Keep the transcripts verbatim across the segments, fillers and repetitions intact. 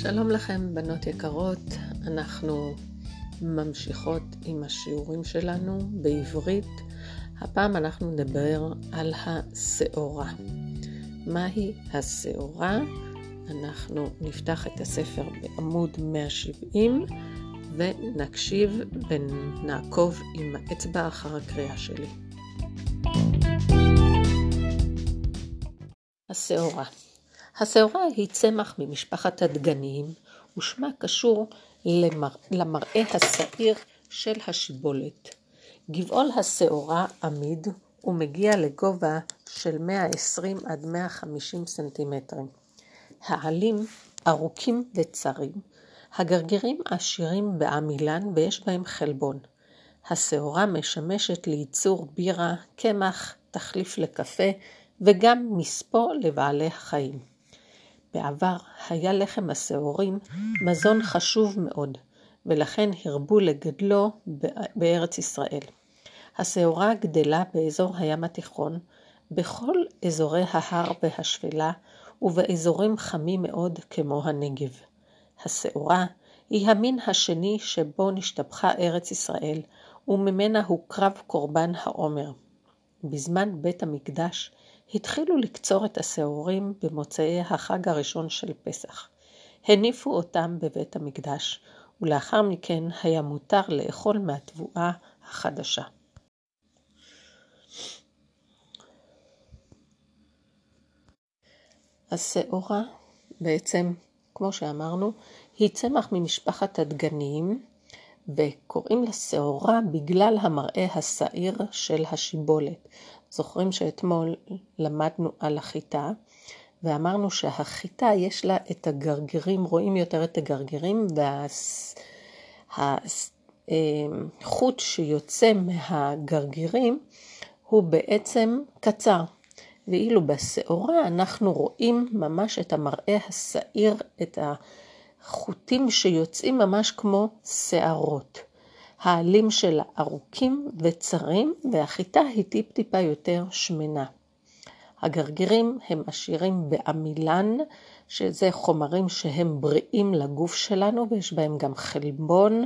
שלום לכם בנות יקרות, אנחנו ממשיכות עם השיעורים שלנו בעברית. הפעם אנחנו נדבר על השעורה. מהי השעורה? אנחנו נפתח את הספר בעמוד מאה שבעים ונקשיב ונעקוב עם האצבע אחר הקריאה שלי. השעורה. השעורה היא צמח ממשפחת הדגניים, ושמה קשור למר... למראה השעיר של השיבולת. גבעול השעורה עמיד ומגיע לגובה של מאה ועשרים עד מאה וחמישים סנטימטרים. העלים ארוכים וצרים, הגרגירים עשירים בעמילן ויש בהם חלבון. השעורה משמשת לייצור בירה, קמח, תחליף לקפה וגם מספוא לבעלי החיים. בעבר היה לחם השעורים מזון חשוב מאוד, ולכן הרבו לגדלו בארץ ישראל. השעורה גדלה באזור הים התיכון, בכל אזורי ההר והשפלה, ובאזורים חמים מאוד כמו הנגב. השעורה היא המין השני שבו נשתבחה ארץ ישראל, וממנה הוקרב קורבן העומר. בזמן בית המקדש, התחילו לקצור את השעורים במוצאי החג הראשון של פסח. הניפו אותם בבית המקדש, ולאחר מכן היה מותר לאכול מהתבואה החדשה. השעורה, בעצם, כמו שאמרנו, היא צמח ממשפחת הדגניים, וקוראים לה שעורה בגלל המראה השעיר של השיבולת. זוכרים שאתמול למדנו על החיטה, ואמרנו שהחיטה יש לה את הגרגירים, רואים יותר את הגרגירים, והחוט שיוצא מהגרגירים הוא בעצם קצר. ואילו בשעורה אנחנו רואים ממש את המראה השעיר, את החוטים שיוצאים ממש כמו שערות. העלים שלה ארוכים וצרים, והחיטה היא טיפ טיפה יותר שמנה. הגרגירים הם עשירים בעמילן, שזה חומרים שהם בריאים לגוף שלנו, ויש בהם גם חלבון,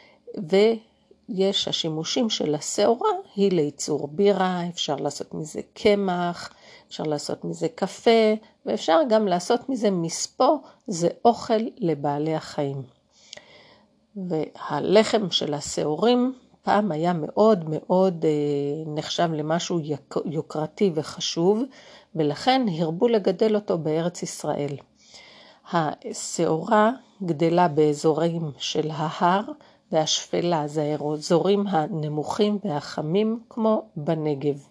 ויש השימושים של השעורה, היא לייצור בירה, אפשר לעשות מזה קמח, אפשר לעשות מזה קפה, ואפשר גם לעשות מזה מספוא, זה אוכל לבעלי החיים. והלחם של השעורים פעם היה מאוד מאוד אה, נחשב למשהו יוקרתי וחשוב, ולכן הרבו לגדל אותו בארץ ישראל. השעורה גדלה באזורים של ההר והשפלה, זה האזורים הנמוכים והחמים כמו בנגב.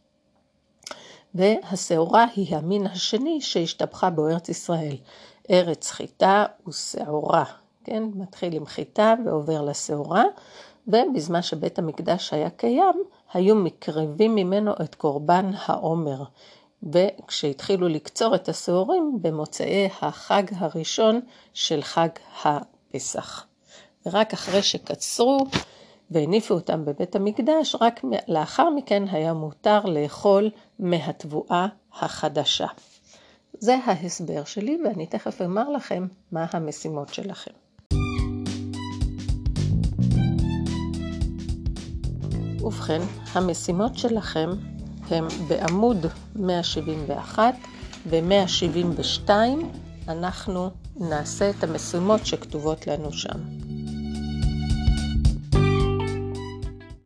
והשעורה היא המין השני שהשתבחה בארץ ישראל. ארץ חיטה ושעורה. כן, מתחיל עם חיטה ועובר לשעורה, ובזמן שבית המקדש היה קיים, היו מקרבים ממנו את קורבן העומר, וכשהתחילו לקצור את השעורים במוצאי החג הראשון של חג הפסח. ורק אחרי שקצרו והניפו אותם בבית המקדש, רק לאחר מכן היה מותר לאכול מהתבואה החדשה. זה ההסבר שלי, ואני תכף אומר לכם מה המשימות שלכם. ובכן, המשימות שלכם הם בעמוד מאה שבעים ואחת ו-מאה שבעים ושתיים, אנחנו נעשה את המשימות שכתובות לנו שם.